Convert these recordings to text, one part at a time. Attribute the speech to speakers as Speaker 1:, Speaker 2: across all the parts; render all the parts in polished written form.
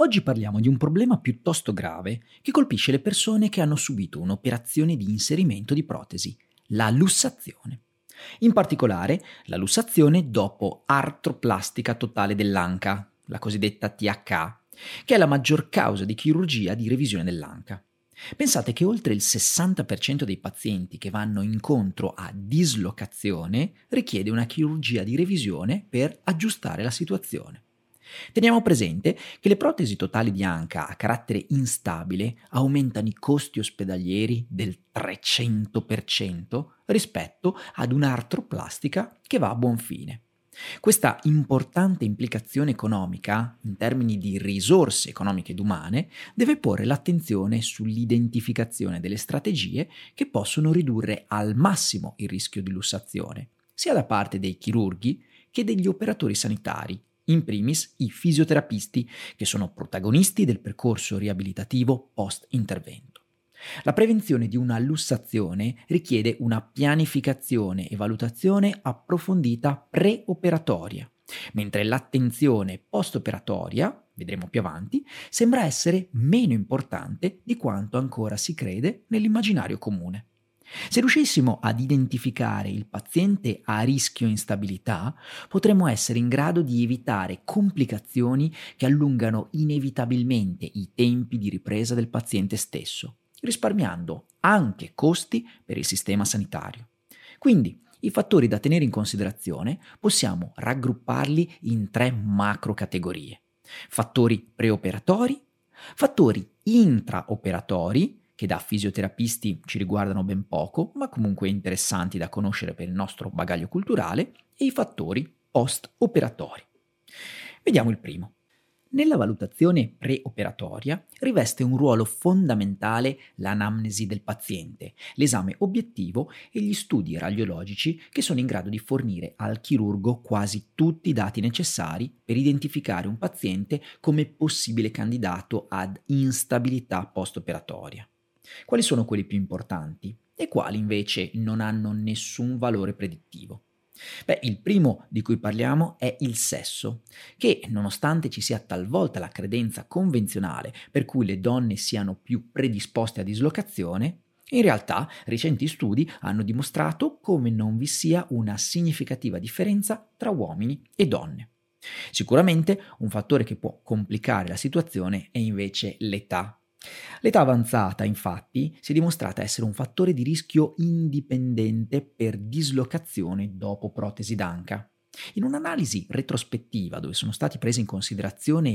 Speaker 1: Oggi parliamo di un problema piuttosto grave che colpisce le persone che hanno subito un'operazione di inserimento di protesi, la lussazione. In particolare, la lussazione dopo artroplastica totale dell'anca, la cosiddetta THA, che è la maggior causa di chirurgia di revisione dell'anca. Pensate che oltre il 60% dei pazienti che vanno incontro a dislocazione richiede una chirurgia di revisione per aggiustare la situazione. Teniamo presente che le protesi totali di anca a carattere instabile aumentano i costi ospedalieri del 300% rispetto ad un'artroplastica che va a buon fine. Questa importante implicazione economica, in termini di risorse economiche ed umane, deve porre l'attenzione sull'identificazione delle strategie che possono ridurre al massimo il rischio di lussazione, sia da parte dei chirurghi che degli operatori sanitari, in primis i fisioterapisti, che sono protagonisti del percorso riabilitativo post-intervento. La prevenzione di una lussazione richiede una pianificazione e valutazione approfondita preoperatoria, mentre l'attenzione post-operatoria, vedremo più avanti, sembra essere meno importante di quanto ancora si crede nell'immaginario comune. Se riuscissimo ad identificare il paziente a rischio instabilità, potremmo essere in grado di evitare complicazioni che allungano inevitabilmente i tempi di ripresa del paziente stesso, risparmiando anche costi per il sistema sanitario. Quindi, i fattori da tenere in considerazione possiamo raggrupparli in tre macro categorie: fattori preoperatori, fattori intraoperatori, che da fisioterapisti ci riguardano ben poco, ma comunque interessanti da conoscere per il nostro bagaglio culturale, e i fattori post-operatori. Vediamo il primo. Nella valutazione preoperatoria riveste un ruolo fondamentale l'anamnesi del paziente, l'esame obiettivo e gli studi radiologici che sono in grado di fornire al chirurgo quasi tutti i dati necessari per identificare un paziente come possibile candidato ad instabilità post-operatoria. Quali sono quelli più importanti e quali invece non hanno nessun valore predittivo? Il primo di cui parliamo è il sesso, che nonostante ci sia talvolta la credenza convenzionale per cui le donne siano più predisposte a dislocazione, in realtà recenti studi hanno dimostrato come non vi sia una significativa differenza tra uomini e donne. Sicuramente un fattore che può complicare la situazione è invece l'età. L'età avanzata, infatti, si è dimostrata essere un fattore di rischio indipendente per dislocazione dopo protesi d'anca. In un'analisi retrospettiva dove sono stati presi in considerazione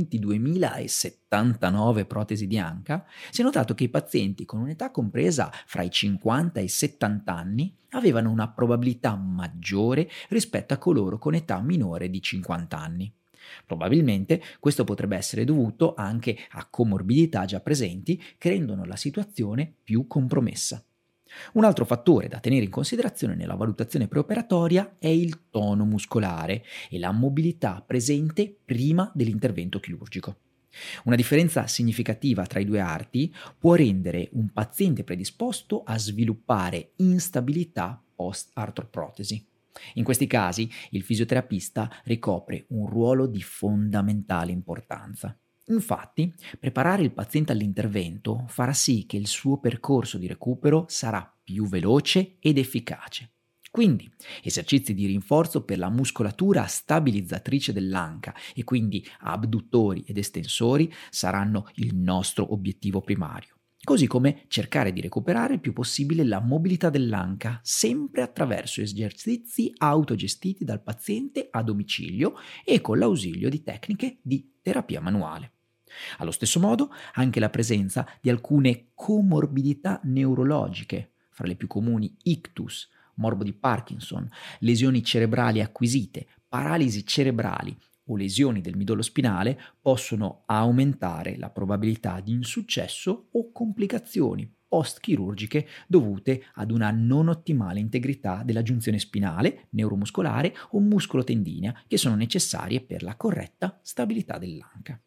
Speaker 1: 22.079 protesi di anca, si è notato che i pazienti con un'età compresa fra i 50 e i 70 anni avevano una probabilità maggiore rispetto a coloro con età minore di 50 anni. Probabilmente questo potrebbe essere dovuto anche a comorbidità già presenti che rendono la situazione più compromessa. Un altro fattore da tenere in considerazione nella valutazione preoperatoria è il tono muscolare e la mobilità presente prima dell'intervento chirurgico. Una differenza significativa tra i due arti può rendere un paziente predisposto a sviluppare instabilità post-artroprotesi. In questi casi il fisioterapista ricopre un ruolo di fondamentale importanza. Infatti, preparare il paziente all'intervento farà sì che il suo percorso di recupero sarà più veloce ed efficace. Quindi, esercizi di rinforzo per la muscolatura stabilizzatrice dell'anca e quindi abduttori ed estensori saranno il nostro obiettivo primario. Così come cercare di recuperare il più possibile la mobilità dell'anca, sempre attraverso esercizi autogestiti dal paziente a domicilio e con l'ausilio di tecniche di terapia manuale. Allo stesso modo, anche la presenza di alcune comorbidità neurologiche, fra le più comuni ictus, morbo di Parkinson, lesioni cerebrali acquisite, paralisi cerebrali o lesioni del midollo spinale, possono aumentare la probabilità di insuccesso o complicazioni post-chirurgiche dovute ad una non ottimale integrità della giunzione spinale, neuromuscolare o muscolo-tendinea che sono necessarie per la corretta stabilità dell'anca.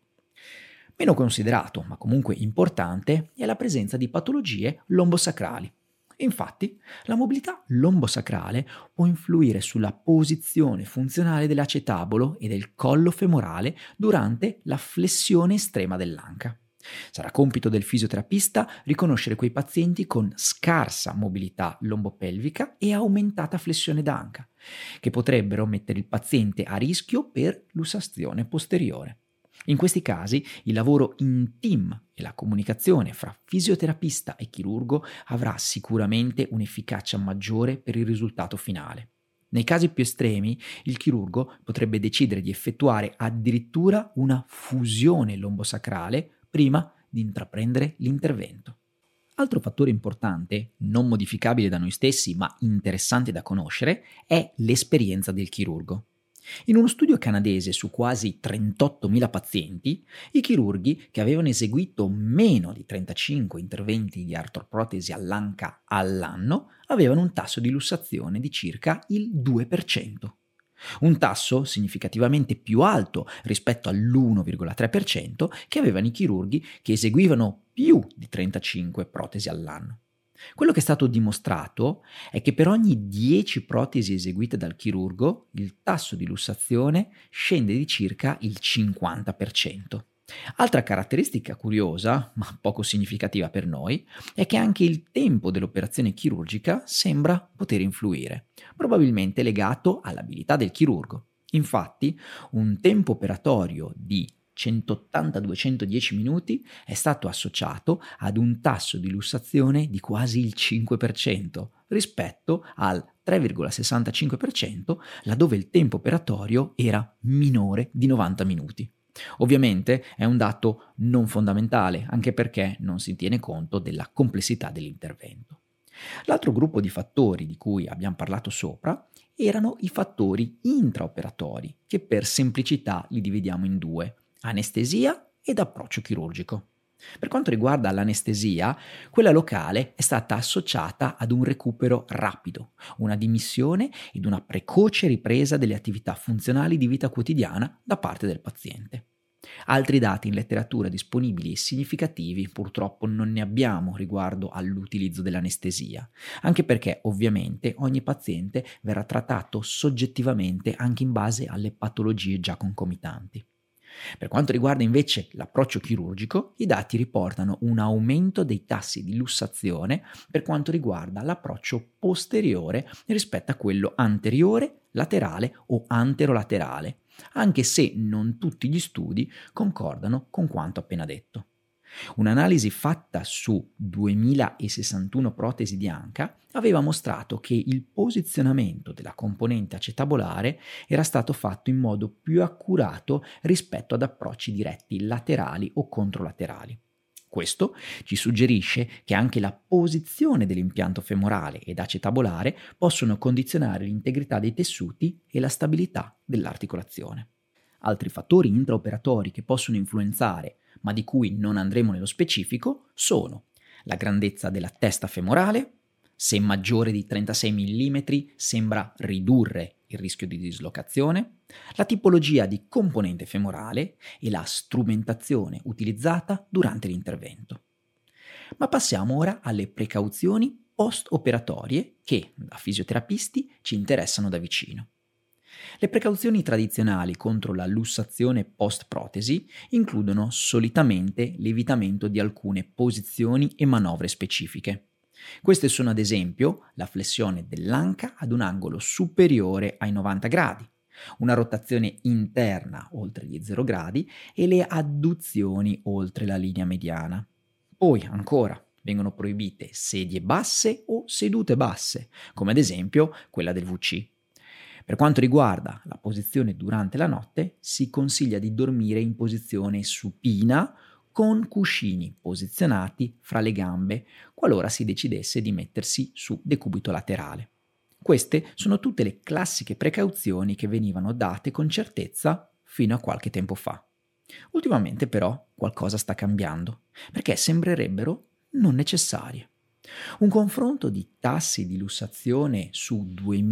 Speaker 1: Meno considerato, ma comunque importante, è la presenza di patologie lombosacrali. Infatti, la mobilità lombosacrale può influire sulla posizione funzionale dell'acetabolo e del collo femorale durante la flessione estrema dell'anca. Sarà compito del fisioterapista riconoscere quei pazienti con scarsa mobilità lombopelvica e aumentata flessione d'anca, che potrebbero mettere il paziente a rischio per lussazione posteriore. In questi casi il lavoro in team e la comunicazione fra fisioterapista e chirurgo avrà sicuramente un'efficacia maggiore per il risultato finale. Nei casi più estremi, il chirurgo potrebbe decidere di effettuare addirittura una fusione lombosacrale prima di intraprendere l'intervento. Altro fattore importante, non modificabile da noi stessi ma interessante da conoscere, è l'esperienza del chirurgo. In uno studio canadese su quasi 38.000 pazienti, i chirurghi che avevano eseguito meno di 35 interventi di artroprotesi all'anca all'anno avevano un tasso di lussazione di circa il 2%. Un tasso significativamente più alto rispetto all'1,3% che avevano i chirurghi che eseguivano più di 35 protesi all'anno. Quello che è stato dimostrato è che per ogni 10 protesi eseguite dal chirurgo, il tasso di lussazione scende di circa il 50%. Altra caratteristica curiosa, ma poco significativa per noi, è che anche il tempo dell'operazione chirurgica sembra poter influire, probabilmente legato all'abilità del chirurgo. Infatti, un tempo operatorio di 180-210 minuti è stato associato ad un tasso di lussazione di quasi il 5% rispetto al 3,65% laddove il tempo operatorio era minore di 90 minuti. Ovviamente è un dato non fondamentale, anche perché non si tiene conto della complessità dell'intervento. L'altro gruppo di fattori di cui abbiamo parlato sopra erano i fattori intraoperatori, che per semplicità li dividiamo in due: anestesia ed approccio chirurgico. Per quanto riguarda l'anestesia, quella locale è stata associata ad un recupero rapido, una dimissione ed una precoce ripresa delle attività funzionali di vita quotidiana da parte del paziente. Altri dati in letteratura disponibili e significativi purtroppo non ne abbiamo riguardo all'utilizzo dell'anestesia, anche perché ovviamente ogni paziente verrà trattato soggettivamente anche in base alle patologie già concomitanti. Per quanto riguarda invece l'approccio chirurgico, i dati riportano un aumento dei tassi di lussazione per quanto riguarda l'approccio posteriore rispetto a quello anteriore, laterale o anterolaterale, anche se non tutti gli studi concordano con quanto appena detto. Un'analisi fatta su 2061 protesi di anca aveva mostrato che il posizionamento della componente acetabolare era stato fatto in modo più accurato rispetto ad approcci diretti laterali o controlaterali. Questo ci suggerisce che anche la posizione dell'impianto femorale ed acetabolare possono condizionare l'integrità dei tessuti e la stabilità dell'articolazione. Altri fattori intraoperatori che possono influenzare, ma di cui non andremo nello specifico, sono la grandezza della testa femorale. Se maggiore di 36 mm sembra ridurre il rischio di dislocazione, la tipologia di componente femorale e la strumentazione utilizzata durante l'intervento. Ma passiamo ora alle precauzioni post-operatorie che, da fisioterapisti, ci interessano da vicino. Le precauzioni tradizionali contro la lussazione post-protesi includono solitamente l'evitamento di alcune posizioni e manovre specifiche. Queste sono ad esempio la flessione dell'anca ad un angolo superiore ai 90 gradi, una rotazione interna oltre gli 0 gradi e le adduzioni oltre la linea mediana. Poi ancora vengono proibite sedie basse o sedute basse, come ad esempio quella del VC. Per quanto riguarda la posizione durante la notte, si consiglia di dormire in posizione supina con cuscini posizionati fra le gambe qualora si decidesse di mettersi su decubito laterale. Queste sono tutte le classiche precauzioni che venivano date con certezza fino a qualche tempo fa. Ultimamente però qualcosa sta cambiando, perché sembrerebbero non necessarie. Un confronto di tassi di lussazione su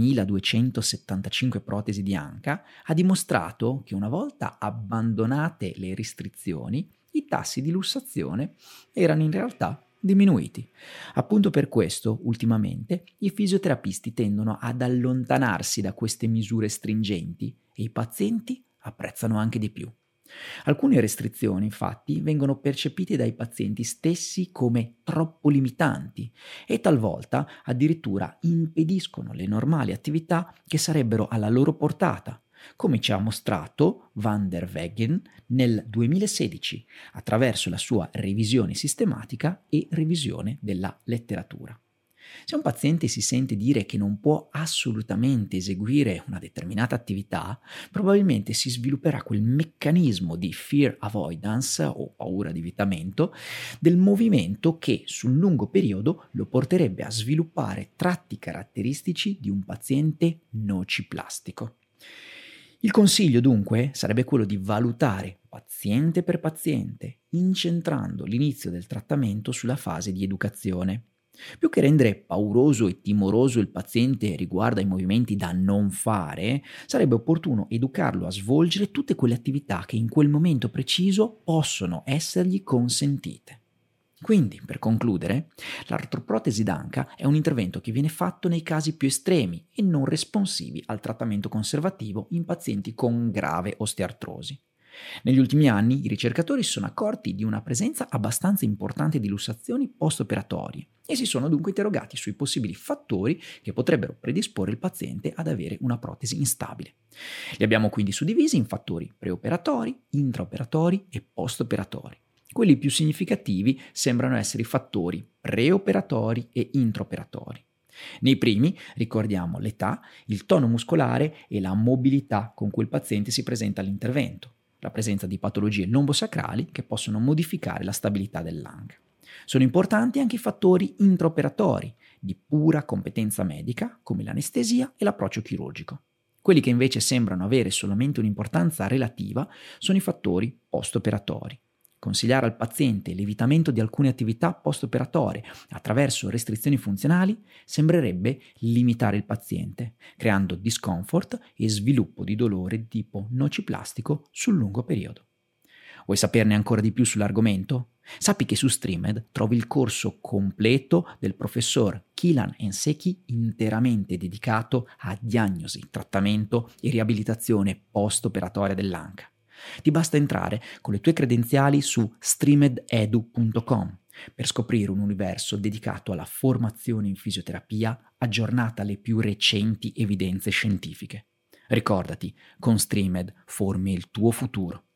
Speaker 1: 2275 protesi di anca ha dimostrato che una volta abbandonate le restrizioni, i tassi di lussazione erano in realtà diminuiti. Appunto per questo, ultimamente, i fisioterapisti tendono ad allontanarsi da queste misure stringenti e i pazienti apprezzano anche di più. Alcune restrizioni, infatti, vengono percepite dai pazienti stessi come troppo limitanti e talvolta addirittura impediscono le normali attività che sarebbero alla loro portata, come ci ha mostrato Van der Weggen nel 2016 attraverso la sua revisione sistematica e revisione della letteratura. Se un paziente si sente dire che non può assolutamente eseguire una determinata attività, probabilmente si svilupperà quel meccanismo di fear avoidance o paura di evitamento del movimento che sul lungo periodo lo porterebbe a sviluppare tratti caratteristici di un paziente nociplastico. Il consiglio dunque sarebbe quello di valutare paziente per paziente, incentrando l'inizio del trattamento sulla fase di educazione. Più che rendere pauroso e timoroso il paziente riguardo ai movimenti da non fare, sarebbe opportuno educarlo a svolgere tutte quelle attività che in quel momento preciso possono essergli consentite. Quindi, per concludere, l'artroprotesi d'anca è un intervento che viene fatto nei casi più estremi e non responsivi al trattamento conservativo in pazienti con grave osteoartrosi. Negli ultimi anni i ricercatori si sono accorti di una presenza abbastanza importante di lussazioni post-operatorie e si sono dunque interrogati sui possibili fattori che potrebbero predisporre il paziente ad avere una protesi instabile. Li abbiamo quindi suddivisi in fattori preoperatori, intraoperatori e post-operatori. Quelli più significativi sembrano essere i fattori preoperatori e intraoperatori. Nei primi ricordiamo l'età, il tono muscolare e la mobilità con cui il paziente si presenta all'intervento, la presenza di patologie lombosacrali che possono modificare la stabilità dell'anca. Sono importanti anche i fattori intraoperatori di pura competenza medica, come l'anestesia e l'approccio chirurgico. Quelli che invece sembrano avere solamente un'importanza relativa sono i fattori post-operatori. Consigliare al paziente l'evitamento di alcune attività post-operatorie attraverso restrizioni funzionali sembrerebbe limitare il paziente, creando discomfort e sviluppo di dolore di tipo nociplastico sul lungo periodo. Vuoi saperne ancora di più sull'argomento? Sappi che su Streamed trovi il corso completo del professor Kilan Enseki interamente dedicato a diagnosi, trattamento e riabilitazione post-operatoria dell'anca. Ti basta entrare con le tue credenziali su streamededu.com per scoprire un universo dedicato alla formazione in fisioterapia aggiornata alle più recenti evidenze scientifiche. Ricordati, con Streamed formi il tuo futuro.